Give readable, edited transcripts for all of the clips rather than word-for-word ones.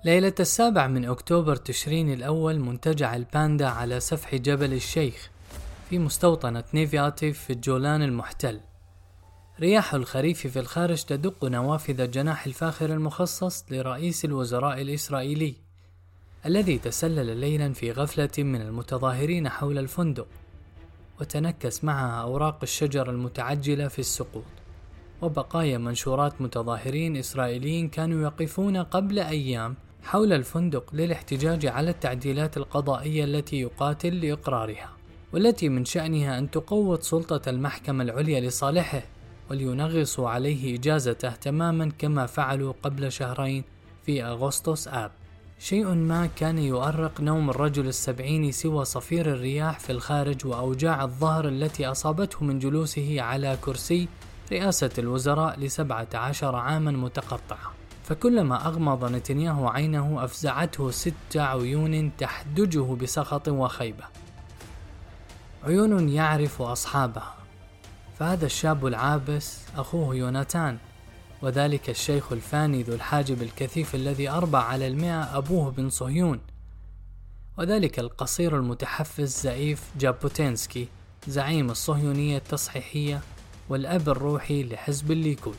ليلة 7 أكتوبر تشرين الأول منتجع الباندا على سفح جبل الشيخ في مستوطنة نيفياتيف في الجولان المحتل. رياح الخريف في الخارج تدق نوافذ جناح الفاخر المخصص لرئيس الوزراء الإسرائيلي الذي تسلل ليلا في غفلة من المتظاهرين حول الفندق، وتنكس معها أوراق الشجر المتعجلة في السقوط وبقايا منشورات متظاهرين إسرائيليين كانوا يقفون قبل أيام حول الفندق للاحتجاج على التعديلات القضائية التي يقاتل لإقرارها، والتي من شأنها أن تقوض سلطة المحكمة العليا لصالحه ولينغصوا عليه إجازته تماما كما فعلوا قبل شهرين في أغسطس آب. شيء ما كان يؤرق نوم الرجل السبعيني سوى صفير الرياح في الخارج وأوجاع الظهر التي أصابته من جلوسه على كرسي رئاسة الوزراء ل17 عاما متقطعة. فكلما أغمض نتنياهو عينه أفزعته 6 عيون تحدجه بسخط وخيبة، عيون يعرف أصحابها. فهذا الشاب العابس أخوه يوناتان، وذلك الشيخ الفاني ذو الحاجب الكثيف الذي 400 أبوه بن صهيون، وذلك القصير المتحفز زئيف جابوتينسكي زعيم الصهيونية التصحيحية والأب الروحي لحزب الليكود.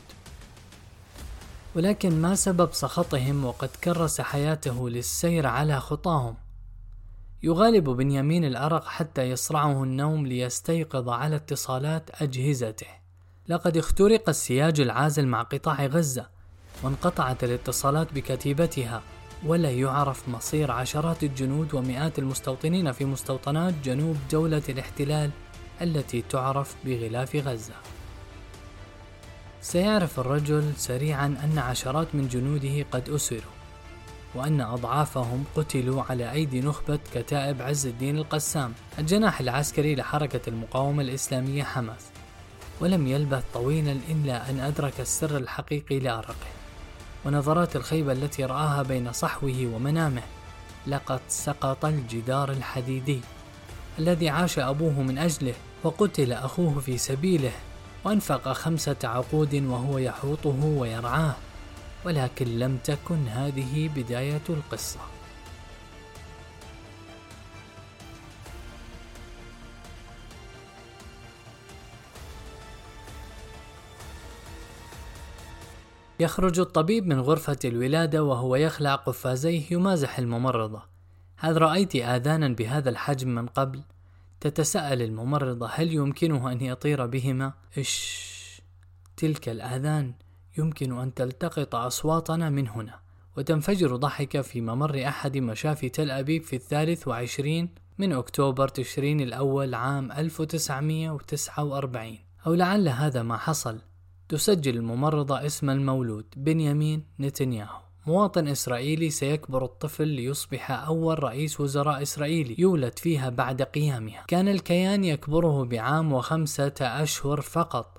ولكن ما سبب سخطهم وقد كرس حياته للسير على خطاهم؟ يغالب بنيامين الأرق حتى يصرعه النوم ليستيقظ على اتصالات أجهزته. لقد اخترق السياج العازل مع قطاع غزة، وانقطعت الاتصالات بكتيبتها، ولا يعرف مصير عشرات الجنود ومئات المستوطنين في مستوطنات جنوب دولة الاحتلال التي تعرف بغلاف غزة. سيعرف الرجل سريعا أن عشرات من جنوده قد أسروا، وأن أضعافهم قتلوا على أيدي نخبة كتائب عز الدين القسام الجناح العسكري لحركة المقاومة الإسلامية حماس. ولم يلبث طويلا إلا أن أدرك السر الحقيقي لأرقه، ونظرات الخيبة التي رآها بين صحوه ومنامه. لقد سقط الجدار الحديدي الذي عاش أبوه من أجله، وقتل أخوه في سبيله، وأنفق 5 عقود وهو يحوطه ويرعاه. ولكن لم تكن هذه بداية القصة. يخرج الطبيب من غرفة الولادة وهو يخلع قفازيه يمازح الممرضة. هل رأيت آذانا بهذا الحجم من قبل؟ تتساءل الممرضة هل يمكنه أن يطير بهما؟ تلك الآذان يمكن أن تلتقط أصواتنا من هنا. وتنفجر ضحكة في ممر أحد مشافي تل أبيب في 23 أكتوبر تشرين الأول عام 1949، أو لعل هذا ما حصل. تسجل الممرضة اسم المولود بنيامين نتنياهو، مواطن إسرائيلي سيكبر الطفل ليصبح أول رئيس وزراء إسرائيلي يولد فيها بعد قيامها. كان الكيان يكبره بعام و5 أشهر فقط.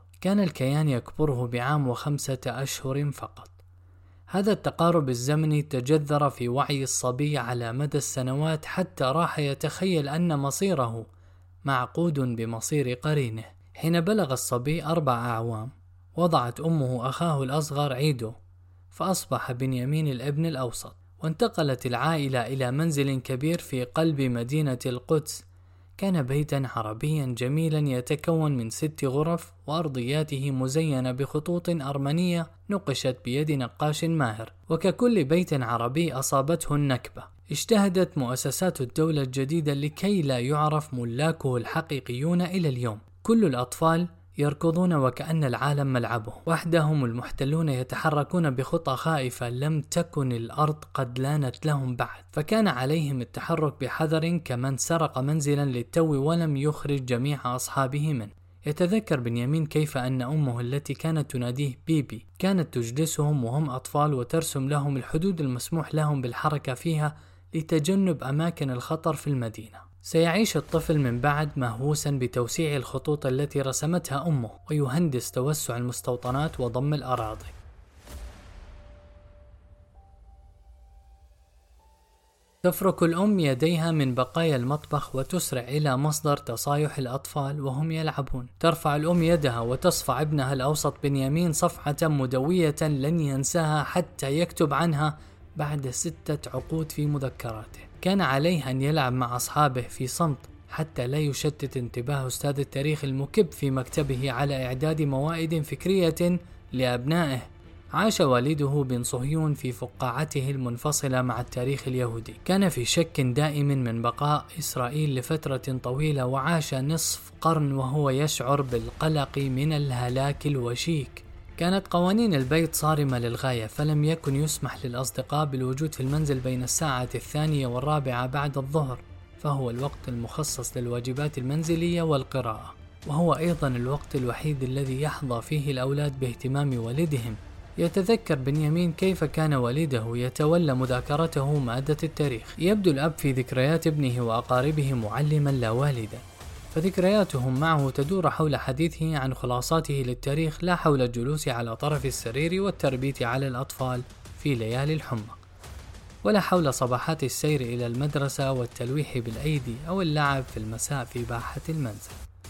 هذا التقارب الزمني تجذر في وعي الصبي على مدى السنوات حتى راح يتخيل أن مصيره معقود بمصير قرينه. حين بلغ الصبي 4 أعوام وضعت أمه أخاه الأصغر عيدو، فأصبح بنيامين الابن الأوسط. وانتقلت العائلة إلى منزل كبير في قلب مدينة القدس. كان بيتا عربيا جميلا يتكون من 6 غرف، وأرضياته مزينة بخطوط أرمنية نقشت بيد نقاش ماهر. وككل بيت عربي أصابته النكبة. اجتهدت مؤسسات الدولة الجديدة لكي لا يعرف ملاكه الحقيقيون إلى اليوم. كل الأطفال يركضون وكأن العالم ملعبهم، وحدهم المحتلون يتحركون بخطى خائفة. لم تكن الأرض قد لانت لهم بعد، فكان عليهم التحرك بحذر كمن سرق منزلا للتو ولم يخرج جميع أصحابه منه. يتذكر بنيامين كيف أن أمه التي كانت تناديه بيبي كانت تجلسهم وهم أطفال وترسم لهم الحدود المسموح لهم بالحركة فيها لتجنب أماكن الخطر في المدينة. سيعيش الطفل من بعد مهووسا بتوسيع الخطوط التي رسمتها أمه، ويهندس توسع المستوطنات وضم الأراضي. تفرك الأم يديها من بقايا المطبخ وتسرع إلى مصدر تصايح الأطفال وهم يلعبون. ترفع الأم يدها وتصفع ابنها الأوسط بنيامين صفحة مدوية لن ينساها حتى يكتب عنها بعد 6 عقود في مذكراته. كان عليه أن يلعب مع أصحابه في صمت حتى لا يشتت انتباه أستاذ التاريخ المكب في مكتبه على إعداد موائد فكرية لأبنائه. عاش والده بن صهيون في فقاعته المنفصلة مع التاريخ اليهودي. كان في شك دائم من بقاء إسرائيل لفترة طويلة، وعاش نصف قرن وهو يشعر بالقلق من الهلاك الوشيك. كانت قوانين البيت صارمة للغاية، فلم يكن يسمح للأصدقاء بالوجود في المنزل بين الساعة 2 و4 بعد الظهر، فهو الوقت المخصص للواجبات المنزلية والقراءة، وهو أيضا الوقت الوحيد الذي يحظى فيه الأولاد باهتمام والدهم. يتذكر بنيامين كيف كان والده يتولى مذاكرته مادة التاريخ. يبدو الأب في ذكريات ابنه وأقاربه معلما لا والدا، فذكرياتهم معه تدور حول حديثه عن خلاصاته للتاريخ، لا حول الجلوس على طرف السرير والتربية على الأطفال في ليالي الحمى، ولا حول صباحات السير إلى المدرسة والتلويح بالأيدي أو اللعب في المساء في باحة المنزل.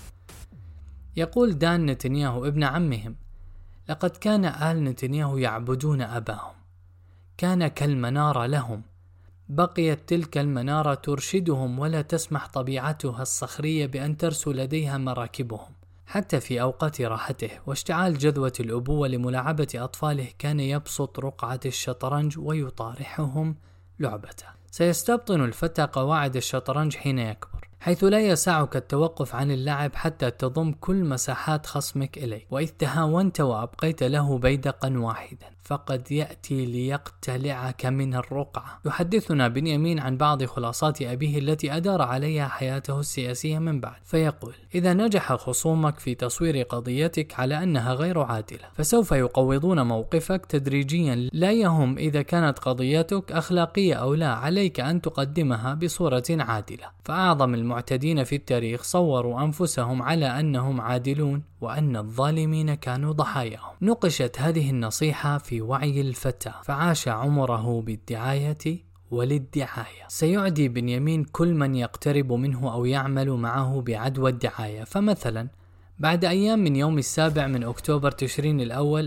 يقول دان نتنياهو ابن عمهم: لقد كان آل نتنياهو يعبدون أباهم، كان كالمنارة لهم، بقيت تلك المنارة ترشدهم ولا تسمح طبيعتها الصخرية بأن ترسو لديها مراكبهم. حتى في أوقات راحته واشتعال جذوة الأبوة لملاعبة أطفاله كان يبسط رقعة الشطرنج ويطارحهم لعبته. سيستبطن الفتى قواعد الشطرنج حين يكبر، حيث لا يسعك التوقف عن اللعب حتى تضم كل مساحات خصمك إليه، وإذ تهاونت وأبقيت له بيدقا واحدا فقد يأتي ليقتلعك من الرقعة. يحدثنا بنيامين عن بعض خلاصات أبيه التي أدار عليها حياته السياسية من بعد، فيقول: إذا نجح خصومك في تصوير قضيتك على أنها غير عادلة، فسوف يقوضون موقفك تدريجيا، لا يهم إذا كانت قضيتك أخلاقية أو لا، عليك أن تقدمها بصورة عادلة. فأعظم المعتدين في التاريخ صوروا أنفسهم على أنهم عادلون وأن الظالمين كانوا ضحاياهم. نقشت هذه النصيحة في وعي الفتى، فعاش عمره بالدعاية وللدعاية. سيعدي بنيامين كل من يقترب منه أو يعمل معه بعدوى الدعاية. فمثلا بعد أيام من يوم 7 أكتوبر تشرين الأول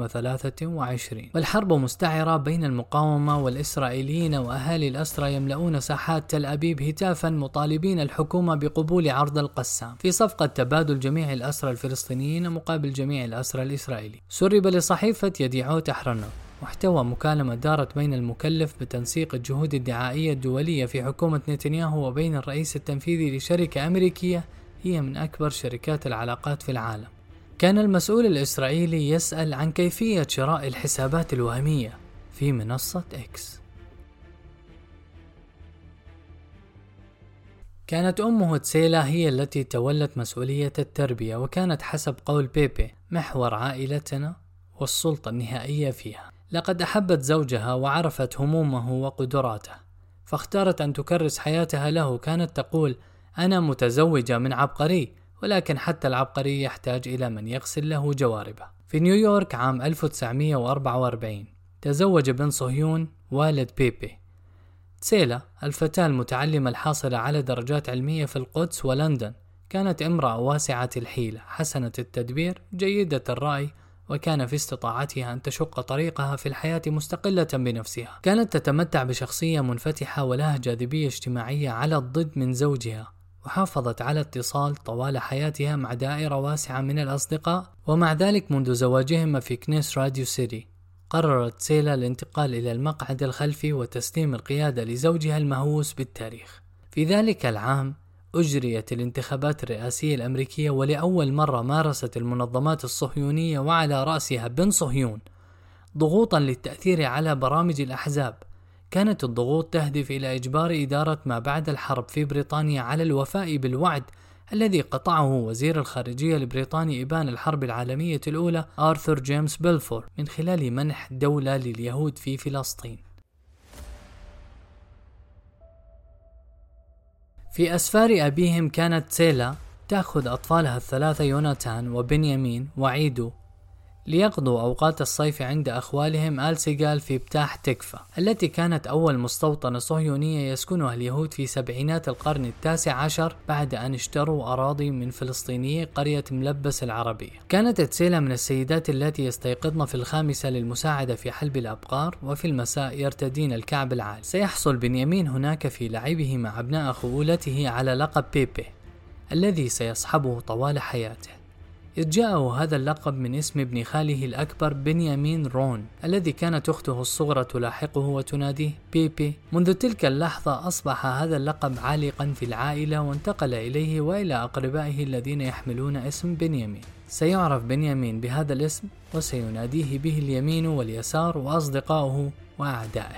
2023 والحرب مستعرة بين المقاومة والإسرائيليين، وأهالي الأسرى يملؤون ساحات تل أبيب هتافا مطالبين الحكومة بقبول عرض القسام في صفقة تبادل جميع الأسرى الفلسطينيين مقابل جميع الأسرى الإسرائيلي. سرب لصحيفة يديعوت أحرنوت محتوى مكالمة دارت بين المكلف بتنسيق الجهود الدعائية الدولية في حكومة نتنياهو وبين الرئيس التنفيذي لشركة أمريكية هي من أكبر شركات العلاقات في العالم. كان المسؤول الإسرائيلي يسأل عن كيفية شراء الحسابات الوهمية في منصة إكس. كانت أمه تسيلا هي التي تولت مسؤولية التربية، وكانت حسب قول بيبي محور عائلتنا والسلطة النهائية فيها. لقد أحبت زوجها وعرفت همومه وقدراته، فاختارت أن تكرس حياتها له. كانت تقول: أنا متزوجة من عبقري، ولكن حتى العبقري يحتاج إلى من يغسل له جواربه. في نيويورك عام 1944 تزوج بن صهيون والد بيبي. تسيلا الفتاة المتعلمة الحاصلة على درجات علمية في القدس ولندن كانت امرأة واسعة الحيلة، حسنة التدبير، جيدة الرأي، وكان في استطاعتها أن تشق طريقها في الحياة مستقلة بنفسها. كانت تتمتع بشخصية منفتحة ولها جاذبية اجتماعية على الضد من زوجها، وحافظت على اتصال طوال حياتها مع دائرة واسعة من الأصدقاء. ومع ذلك منذ زواجهما في كنيس راديو سيتي قررت سيلا الانتقال إلى المقعد الخلفي وتسليم القيادة لزوجها المهووس بالتاريخ. في ذلك العام أجريت الانتخابات الرئاسية الأمريكية، ولأول مرة مارست المنظمات الصهيونية وعلى رأسها بن صهيون ضغوطا للتأثير على برامج الأحزاب. كانت الضغوط تهدف إلى إجبار إدارة ما بعد الحرب في بريطانيا على الوفاء بالوعد الذي قطعه وزير الخارجية البريطاني إبان الحرب العالمية الأولى آرثر جيمس بلفور من خلال منح دولة لليهود في فلسطين. في أسفار أبيهم كانت سيلا تأخذ أطفالها الثلاثة يوناتان وبنيامين وعيدو ليقضوا أوقات الصيف عند أخوالهم آل سيغال في بتاح تكفى، التي كانت أول مستوطنة صهيونية يسكنها اليهود في سبعينات القرن التاسع عشر بعد أن اشتروا أراضي من فلسطينيي قرية ملبس العربية. كانت تسيلا من السيدات التي يستيقظن في 5 للمساعدة في حلب الأبقار، وفي المساء يرتدين الكعب العالي. سيحصل بنيامين هناك في لعبه مع أبناء خولته على لقب بيبي الذي سيصحبه طوال حياته، إذ جاءه هذا اللقب من اسم ابن خاله الأكبر بنيامين رون، الذي كانت أخته الصغرى تلاحقه وتناديه بيبي. منذ تلك اللحظة أصبح هذا اللقب عالقا في العائلة، وانتقل إليه وإلى أقربائه الذين يحملون اسم بنيامين. سيعرف بنيامين بهذا الاسم وسيناديه به اليمين واليسار وأصدقاؤه وأعدائه.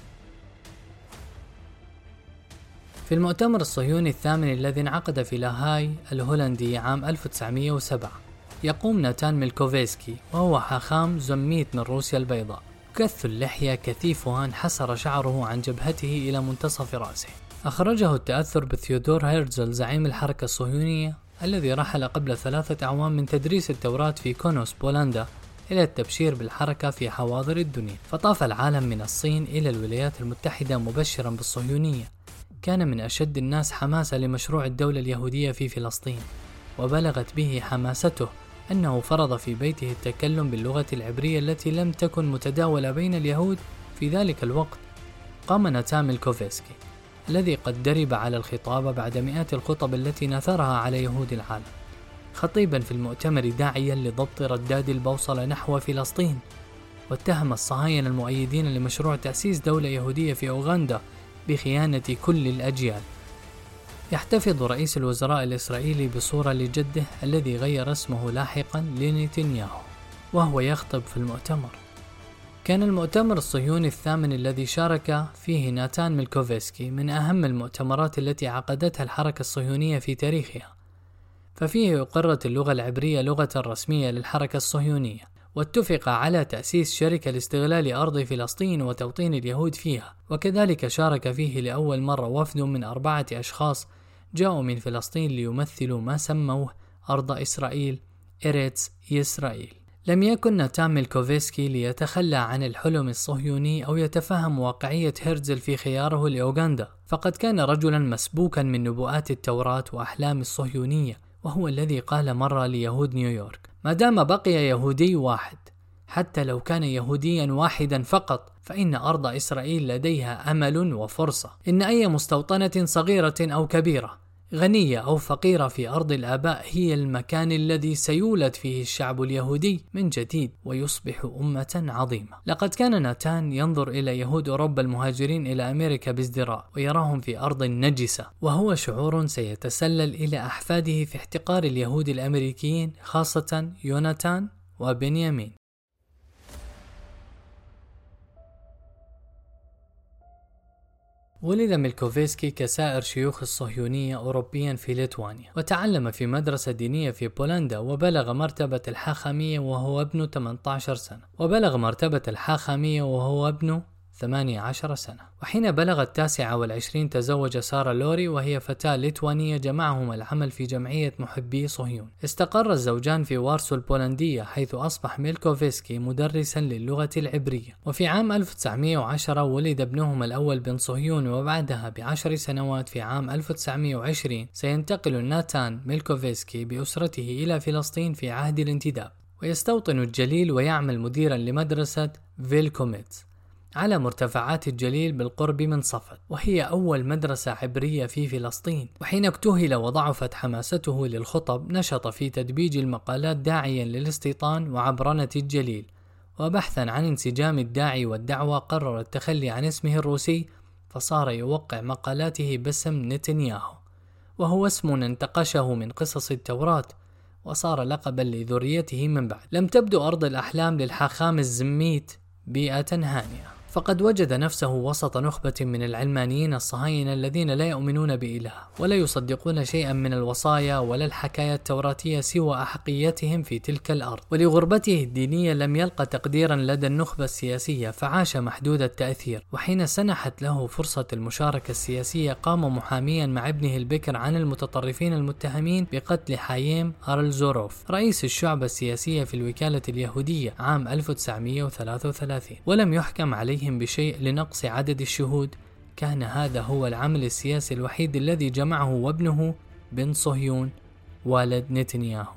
في المؤتمر الصهيوني الثامن الذي انعقد في لاهاي الهولندي عام 1907 يقوم ناتان ميلكوفسكي، وهو حاخام زميت من روسيا البيضاء، كث اللحية كثيفها انحسر شعره عن جبهته إلى منتصف رأسه. أخرجه التأثر بثيودور هيرتزل زعيم الحركة الصهيونية الذي رحل قبل 3 أعوام من تدريس التوراة في كونوس بولندا إلى التبشير بالحركة في حواضر الدنيا، فطاف العالم من الصين إلى الولايات المتحدة مبشرا بالصهيونية. كان من أشد الناس حماسة لمشروع الدولة اليهودية في فلسطين، وبلغت به حماسته أنه فرض في بيته التكلم باللغة العبرية التي لم تكن متداولة بين اليهود في ذلك الوقت. قام ناتان ميلكوفسكي الذي قد درب على الخطابة بعد مئات الخطب التي نثرها على يهود العالم خطيبا في المؤتمر داعيا لضبط رداد البوصلة نحو فلسطين، واتهم الصهاينة المؤيدين لمشروع تأسيس دولة يهودية في أوغندا بخيانة كل الأجيال. يحتفظ رئيس الوزراء الإسرائيلي بصورة لجده الذي غير اسمه لاحقا لنتنياهو وهو يخطب في المؤتمر. كان المؤتمر الصهيوني الثامن الذي شارك فيه ناتان ميلكوفسكي من أهم المؤتمرات التي عقدتها الحركة الصهيونية في تاريخها، ففيه أقرت اللغة العبرية لغة رسمية للحركة الصهيونية، واتفق على تأسيس شركة لاستغلال أرض فلسطين وتوطين اليهود فيها. وكذلك شارك فيه لأول مرة وفد من 4 أشخاص جاءوا من فلسطين ليمثلوا ما سموه أرض إسرائيل، إيرتس إسرائيل. لم يكن ناتان ميلكوفسكي ليتخلى عن الحلم الصهيوني أو يتفهم واقعية هرتزل في خياره لأوغندا، فقد كان رجلا مسبوكا من نبوءات التوراة وأحلام الصهيونية، وهو الذي قال مرة ليهود نيويورك: ما دام بقي يهودي واحد، حتى لو كان يهوديا واحدا فقط، فإن أرض إسرائيل لديها أمل وفرصة. إن أي مستوطنة صغيرة أو كبيرة، غنية أو فقيرة في أرض الآباء هي المكان الذي سيولد فيه الشعب اليهودي من جديد ويصبح أمة عظيمة. لقد كان ناتان ينظر إلى يهود أوروبا المهاجرين إلى أمريكا بازدراء ويراهم في أرض نجسة، وهو شعور سيتسلل إلى أحفاده في احتقار اليهود الأمريكيين، خاصة يوناتان وبنيامين. ولد ميلكوفسكي كسائر شيوخ الصهيونية أوروبيا في ليتوانيا، وتعلم في مدرسة دينية في بولندا، وبلغ مرتبة الحاخامية وهو ابن 18 سنة، وبلغ مرتبة الحاخامية وهو ابن 18 سنة. وحين بلغ 29 تزوج سارة لوري، وهي فتاة ليتوانية جمعهما العمل في جمعية محبي صهيون. استقر الزوجان في وارسو البولندية، حيث أصبح ميلكوفسكي مدرسا للغة العبرية. وفي عام 1910 ولد ابنهما الأول بن صهيون، وبعدها ب10 سنوات في عام 1920 سينتقل ناتان ميلكوفسكي بأسرته إلى فلسطين في عهد الانتداب، ويستوطن الجليل ويعمل مديرا لمدرسة فيلكوميت على مرتفعات الجليل بالقرب من صفد، وهي أول مدرسة عبرية في فلسطين. وحين اكتهل وضعفت حماسته للخطب، نشط في تدبيج المقالات داعيا للاستيطان وعبرنة الجليل. وبحثا عن انسجام الداعي والدعوة، قرر التخلي عن اسمه الروسي، فصار يوقع مقالاته باسم نتنياهو، وهو اسم انتقشه من قصص التوراة، وصار لقبا لذريته من بعد. لم تبدو أرض الأحلام للحاخام الزميت بيئة هانئة، فقد وجد نفسه وسط نخبة من العلمانيين الصهاينة الذين لا يؤمنون بإله ولا يصدقون شيئا من الوصايا ولا الحكاية التوراتية سوى أحقيتهم في تلك الأرض. ولغربته الدينية لم يلقى تقديرا لدى النخبة السياسية، فعاش محدود التأثير. وحين سنحت له فرصة المشاركة السياسية قام محاميا مع ابنه البكر عن المتطرفين المتهمين بقتل حايم أرلزوروف رئيس الشعبة السياسية في الوكالة اليهودية عام 1933، ولم يحكم عليهم بشيء لنقص عدد الشهود. كان هذا هو العمل السياسي الوحيد الذي جمعه وابنه بن صهيون والد نتنياهو.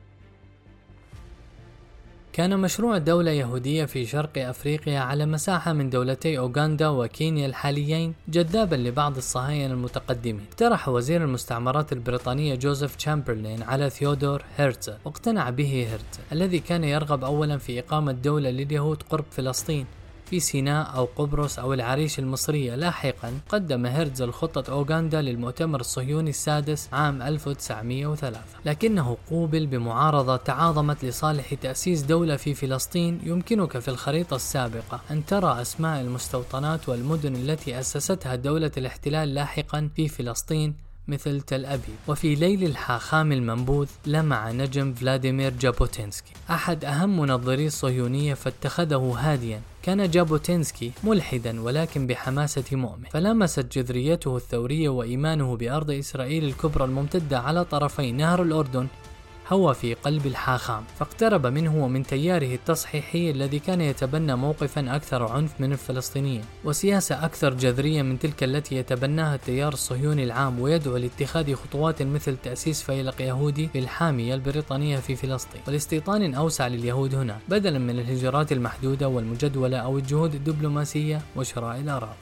كان مشروع دولة يهودية في شرق أفريقيا على مساحة من دولتي أوغندا وكينيا الحاليين جذابا لبعض الصهاينة المتقدمين. اقترح وزير المستعمرات البريطانية جوزيف تشامبرلين على ثيودور هيرتزل، واقتنع به هيرتزل الذي كان يرغب أولا في إقامة دولة لليهود قرب فلسطين في سيناء أو قبرص أو العريش المصرية. لاحقا قدم هيرتزل خطة أوغندا للمؤتمر الصهيوني السادس عام 1903، لكنه قوبل بمعارضة تعاظمت لصالح تأسيس دولة في فلسطين. يمكنك في الخريطة السابقة أن ترى أسماء المستوطنات والمدن التي أسستها دولة الاحتلال لاحقا في فلسطين مثل تل أبيب. وفي ليل الحاخام المنبوذ لمع نجم فلاديمير جابوتينسكي أحد أهم منظري الصهيونية فاتخذه هاديا. كان جابوتينسكي ملحدا ولكن بحماسة مؤمن، فلمست جذريته الثورية وإيمانه بأرض إسرائيل الكبرى الممتدة على طرفي نهر الأردن هو في قلب الحاخام، فاقترب منه ومن تياره التصحيحي الذي كان يتبنى موقفا أكثر عنف من الفلسطينيين وسياسة أكثر جذرية من تلك التي يتبناها التيار الصهيوني العام، ويدعو لاتخاذ خطوات مثل تأسيس فيلق يهودي للحامية البريطانية في فلسطين ولاستيطان أوسع لليهود هنا بدلا من الهجرات المحدودة والمجدولة أو الجهود الدبلوماسية وشراء الأراضي.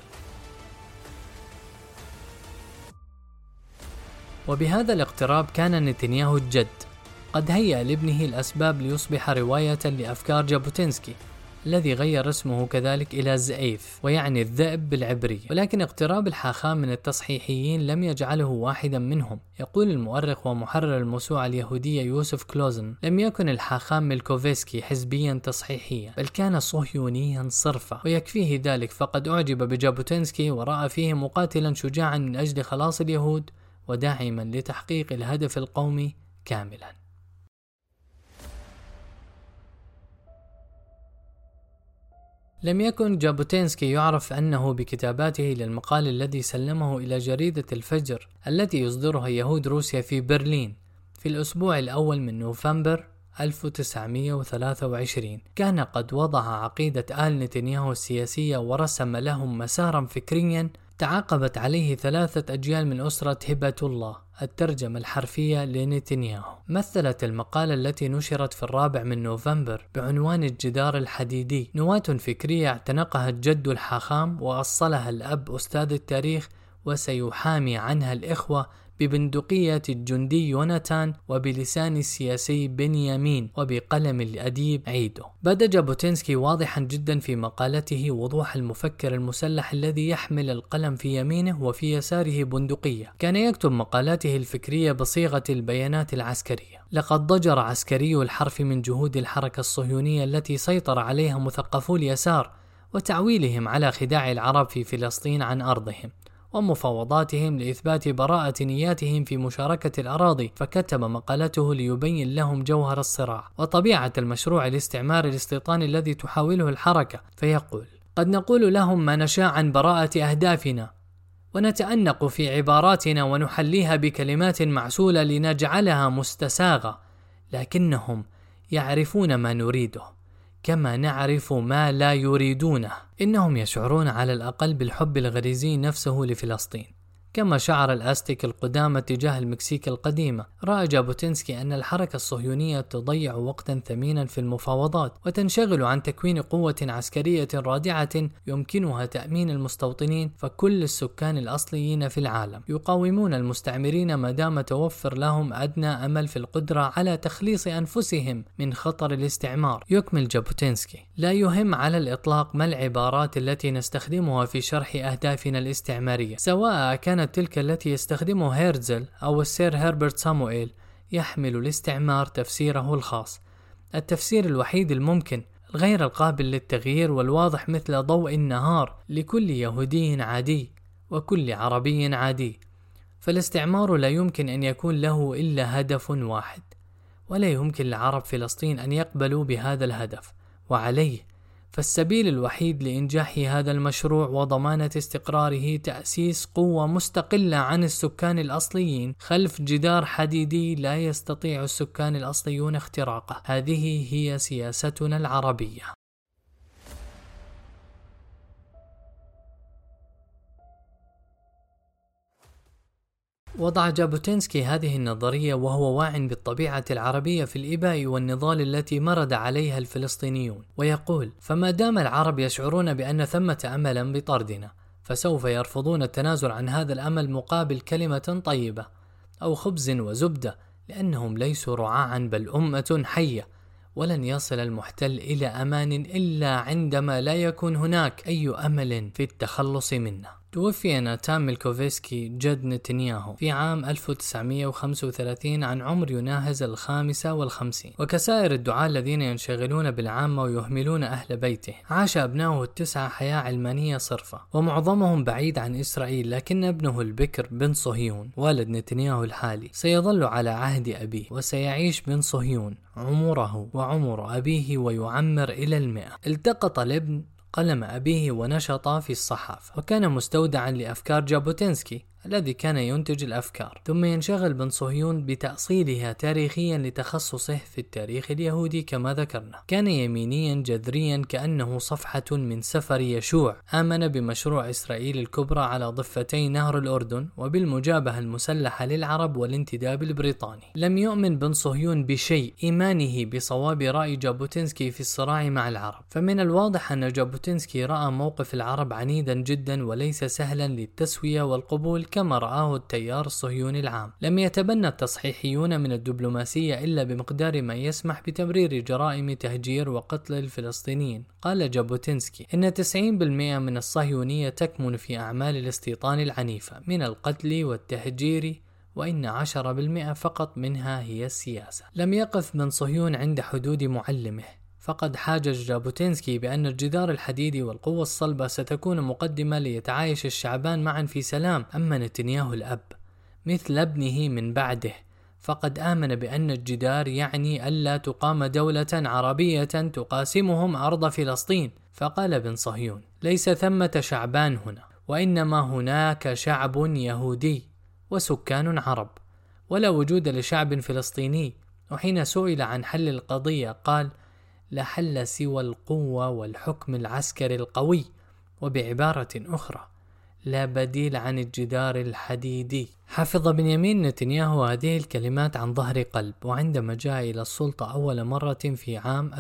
وبهذا الاقتراب كان نتنياهو الجد قد هيأ لابنه الأسباب ليصبح رواية لأفكار جابوتينسكي الذي غير اسمه كذلك إلى زئيف ويعني الذئب بالعبرية. ولكن اقتراب الحاخام من التصحيحيين لم يجعله واحدا منهم. يقول المؤرخ ومحرر الموسوعة اليهودية يوسف كلوزن: لم يكن الحاخام ميلكوفسكي حزبيا تصحيحيا بل كان صهيونيا صرفا، ويكفيه ذلك فقد أعجب بجابوتينسكي ورأى فيه مقاتلا شجاعا من أجل خلاص اليهود وداعما لتحقيق الهدف القومي كاملا. لم يكن جابوتينسكي يعرف أنه بكتاباته للمقال الذي سلمه إلى جريدة الفجر التي يصدرها يهود روسيا في برلين في الأسبوع الأول من نوفمبر 1923 كان قد وضع عقيدة آل نتنياهو السياسية ورسم لهم مسارا فكريا تعاقبت عليه 3 أجيال من أسرة هبة الله، الترجمة الحرفية لنتنياهو. مثلت المقالة التي نشرت في 4 من نوفمبر بعنوان الجدار الحديدي نواة فكرية اعتنقها الجد الحاخام وأصلها الأب أستاذ التاريخ وسيحامي عنها الإخوة ببندقية الجندي يوناتان وبلسان السياسي بنيامين وبقلم الأديب عيدو. بدا جابوتينسكي واضحا جدا في مقالته وضوح المفكر المسلح الذي يحمل القلم في يمينه وفي يساره بندقية. كان يكتب مقالاته الفكرية بصيغة البيانات العسكرية. لقد ضجر عسكري الحرف من جهود الحركة الصهيونية التي سيطر عليها مثقفو اليسار وتعويلهم على خداع العرب في فلسطين عن أرضهم ومفاوضاتهم لإثبات براءة نياتهم في مشاركة الأراضي، فكتب مقالته ليبين لهم جوهر الصراع وطبيعة المشروع الاستعماري الاستيطاني الذي تحاوله الحركة. فيقول: قد نقول لهم ما نشاء عن براءة أهدافنا ونتأنق في عباراتنا ونحليها بكلمات معسولة لنجعلها مستساغة، لكنهم يعرفون ما نريده كما نعرف ما لا يريدونه. إنهم يشعرون على الأقل بالحب الغريزي نفسه لفلسطين كما شعر الأزتك القدامى تجاه المكسيك القديمة. رأى جابوتينسكي أن الحركة الصهيونية تضيع وقتا ثمينا في المفاوضات وتنشغل عن تكوين قوة عسكرية رادعة يمكنها تأمين المستوطنين، فكل السكان الأصليين في العالم يقاومون المستعمرين ما دام توفر لهم أدنى أمل في القدرة على تخليص أنفسهم من خطر الاستعمار. يكمل جابوتينسكي: لا يهم على الإطلاق ما العبارات التي نستخدمها في شرح أهدافنا الاستعمارية، سواء كانت تلك التي يستخدمه هيرتزل أو السير هربرت سامويل. يحمل الاستعمار تفسيره الخاص، التفسير الوحيد الممكن، الغير القابل للتغيير والواضح مثل ضوء النهار لكل يهودي عادي وكل عربي عادي. فالاستعمار لا يمكن أن يكون له إلا هدف واحد، ولا يمكن لعرب فلسطين أن يقبلوا بهذا الهدف، وعليه فالسبيل الوحيد لإنجاح هذا المشروع وضمانة استقراره تأسيس قوة مستقلة عن السكان الأصليين خلف جدار حديدي لا يستطيع السكان الأصليون اختراقه. هذه هي سياستنا العربية. وضع جابوتينسكي هذه النظرية وهو واع بالطبيعة العربية في الإباء والنضال التي مرد عليها الفلسطينيون، ويقول: فما دام العرب يشعرون بأن ثمة أملا بطردنا، فسوف يرفضون التنازل عن هذا الأمل مقابل كلمة طيبة أو خبز وزبدة، لأنهم ليسوا رعاعا بل أمة حية، ولن يصل المحتل إلى أمان إلا عندما لا يكون هناك أي أمل في التخلص منه. توفي ناتان ميلكوفسكي جد نتنياهو في عام 1935 عن عمر يناهز 55، وكسائر الدعاة الذين ينشغلون بالعامة ويهملون أهل بيته، عاش أبناؤه التسعة حياة علمانية صرفة، ومعظمهم بعيد عن إسرائيل، لكن ابنه البكر بن صهيون والد نتنياهو الحالي سيظل على عهد أبيه، وسيعيش بن صهيون عمره وعمر أبيه ويعمر إلى 100. التقط الابن قلم أبيه ونشط في الصحافة، وكان مستودعا لأفكار جابوتينسكي الذي كان ينتج الأفكار. ثم ينشغل بن صهيون بتأصيلها تاريخيا لتخصصه في التاريخ اليهودي كما ذكرنا. كان يمينيا جذريا كأنه صفحة من سفر يشوع، آمن بمشروع إسرائيل الكبرى على ضفتي نهر الأردن وبالمجابهة المسلحة للعرب والانتداب البريطاني. لم يؤمن بن صهيون بشيء إيمانه بصواب رأي جابوتينسكي في الصراع مع العرب، فمن الواضح أن جابوتينسكي رأى موقف العرب عنيدا جدا وليس سهلا للتسوية والقبول كما رآه التيار الصهيوني العام. لم يتبنى التصحيحيون من الدبلوماسية إلا بمقدار ما يسمح بتبرير جرائم تهجير وقتل الفلسطينيين. قال جابوتينسكي إن 90% من الصهيونية تكمن في أعمال الاستيطان العنيفة من القتل والتهجير، وإن 10% فقط منها هي السياسة. لم يقف بن صهيون عند حدود معلمه، فقد حاجج جابوتينسكي بأن الجدار الحديدي والقوة الصلبة ستكون مقدمة ليتعايش الشعبان معا في سلام. أما نتنياهو الأب مثل ابنه من بعده فقد آمن بأن الجدار يعني ألا تقام دولة عربية تقاسمهم أرض فلسطين. فقال بن صهيون: ليس ثمة شعبان هنا، وإنما هناك شعب يهودي وسكان عرب، ولا وجود لشعب فلسطيني. وحين سئل عن حل القضية قال: لا حل سوى القوة والحكم العسكري القوي، وبعبارة أخرى لا بديل عن الجدار الحديدي. حفظ بنيامين نتنياهو هذه الكلمات عن ظهر قلب، وعندما جاء إلى السلطة أول مرة في عام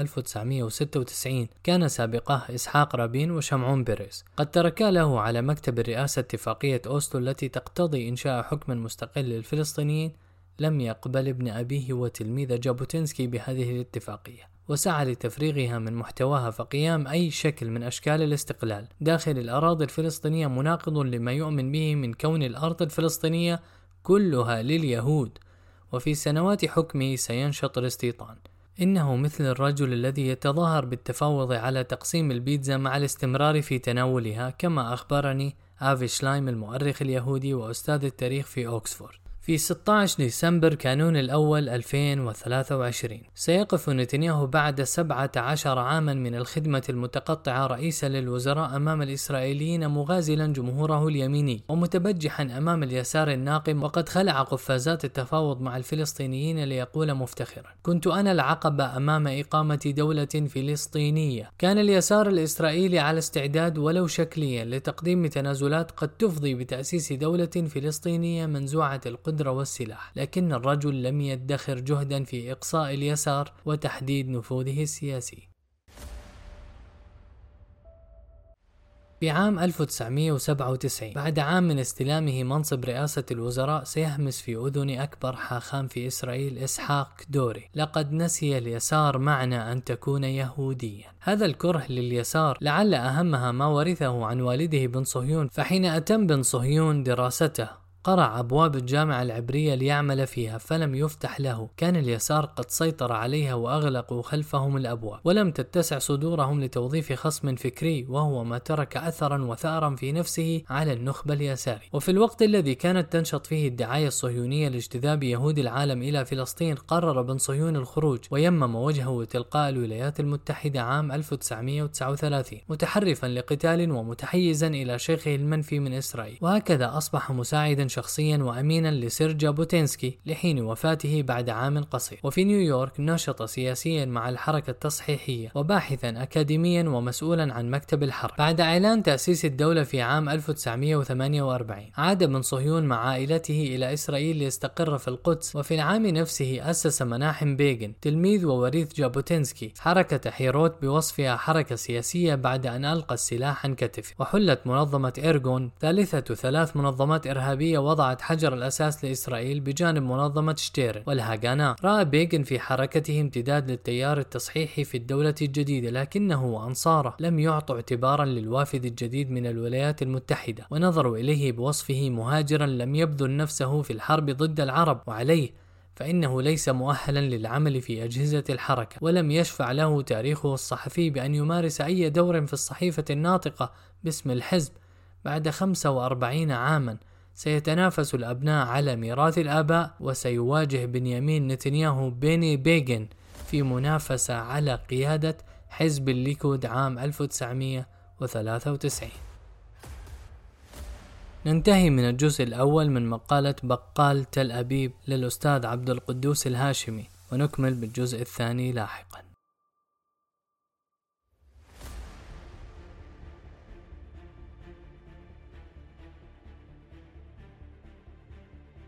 1996 كان سابقه إسحاق رابين وشمعون بيريز قد تركا له على مكتب الرئاسة اتفاقية أوسلو التي تقتضي إنشاء حكم مستقل للفلسطينيين. لم يقبل ابن أبيه وتلميذ جابوتينسكي بهذه الاتفاقية، وسعى لتفريغها من محتواها، فقيام أي شكل من أشكال الاستقلال داخل الأراضي الفلسطينية مناقض لما يؤمن به من كون الأرض الفلسطينية كلها لليهود، وفي سنوات حكمه سينشط الاستيطان. إنه مثل الرجل الذي يتظاهر بالتفاوض على تقسيم البيتزا مع الاستمرار في تناولها، كما أخبرني آفي شلايم المؤرخ اليهودي وأستاذ التاريخ في أوكسفورد. في 16 ديسمبر كانون الأول 2023 سيقف نتنياهو بعد 17 عاما من الخدمة المتقطعة رئيسا للوزراء أمام الإسرائيليين، مغازلا جمهوره اليميني ومتبجحا أمام اليسار الناقم، وقد خلع قفازات التفاوض مع الفلسطينيين ليقول مفتخرا: كنت أنا العقبة أمام إقامة دولة فلسطينية. كان اليسار الإسرائيلي على استعداد ولو شكليا لتقديم تنازلات قد تفضي بتأسيس دولة فلسطينية منزوعة القدرة والسلاح، لكن الرجل لم يدخر جهدا في إقصاء اليسار وتحديد نفوذه السياسي. في عام 1997 بعد عام من استلامه منصب رئاسة الوزراء سيهمس في أذن أكبر حاخام في إسرائيل إسحاق دوري: لقد نسي اليسار معنى أن تكون يهوديا. هذا الكره لليسار لعل أهمها ما ورثه عن والده بن صهيون، فحين أتم بن صهيون دراسته قرع أبواب الجامعة العبرية ليعمل فيها فلم يفتح له. كان اليسار قد سيطر عليها وأغلقوا خلفهم الأبواب، ولم تتسع صدورهم لتوظيف خصم فكري، وهو ما ترك أثرا وثأرا في نفسه على النخبة اليساري. وفي الوقت الذي كانت تنشط فيه الدعاية الصهيونية لاجتذاب يهود العالم إلى فلسطين، قرر بن صهيون الخروج ويمم وجهه تلقاء الولايات المتحدة عام 1939 متحرفا لقتال ومتحيزا إلى شيخه المنفي من إسرائيل. وهكذا أصبح مساعدا شخصيا وأمينا لسير جابوتينسكي لحين وفاته بعد عام قصير. وفي نيويورك نشط سياسيا مع الحركة التصحيحية، وباحثا أكاديميا ومسؤولا عن مكتب الحرب. بعد إعلان تأسيس الدولة في عام 1948 عاد بن صهيون مع عائلته إلى إسرائيل ليستقر في القدس. وفي العام نفسه أسس مناحم بيغن تلميذ ووريث جابوتينسكي حركة حيروت بوصفها حركة سياسية بعد أن ألقى السلاح عن كتفه. وحلت منظمة إيرغون ثالثة 3 منظمات إرهابية وضعت حجر الأساس لإسرائيل بجانب منظمة شتيرن والهاغانا. رأى بيغن في حركته امتداد للتيار التصحيحي في الدولة الجديدة، لكنه وأنصاره لم يعطوا اعتبارا للوافد الجديد من الولايات المتحدة، ونظروا إليه بوصفه مهاجرا لم يبذل نفسه في الحرب ضد العرب، وعليه فإنه ليس مؤهلا للعمل في أجهزة الحركة، ولم يشفع له تاريخه الصحفي بأن يمارس أي دور في الصحيفة الناطقة باسم الحزب. بعد 45 عاما سيتنافس الأبناء على ميراث الآباء، وسيواجه بنيامين نتنياهو بيني بيغن في منافسة على قيادة حزب الليكود عام 1993. ننتهي من الجزء الأول من مقالة بقال تل أبيب للأستاذ عبد القدوس الهاشمي، ونكمل بالجزء الثاني لاحقا.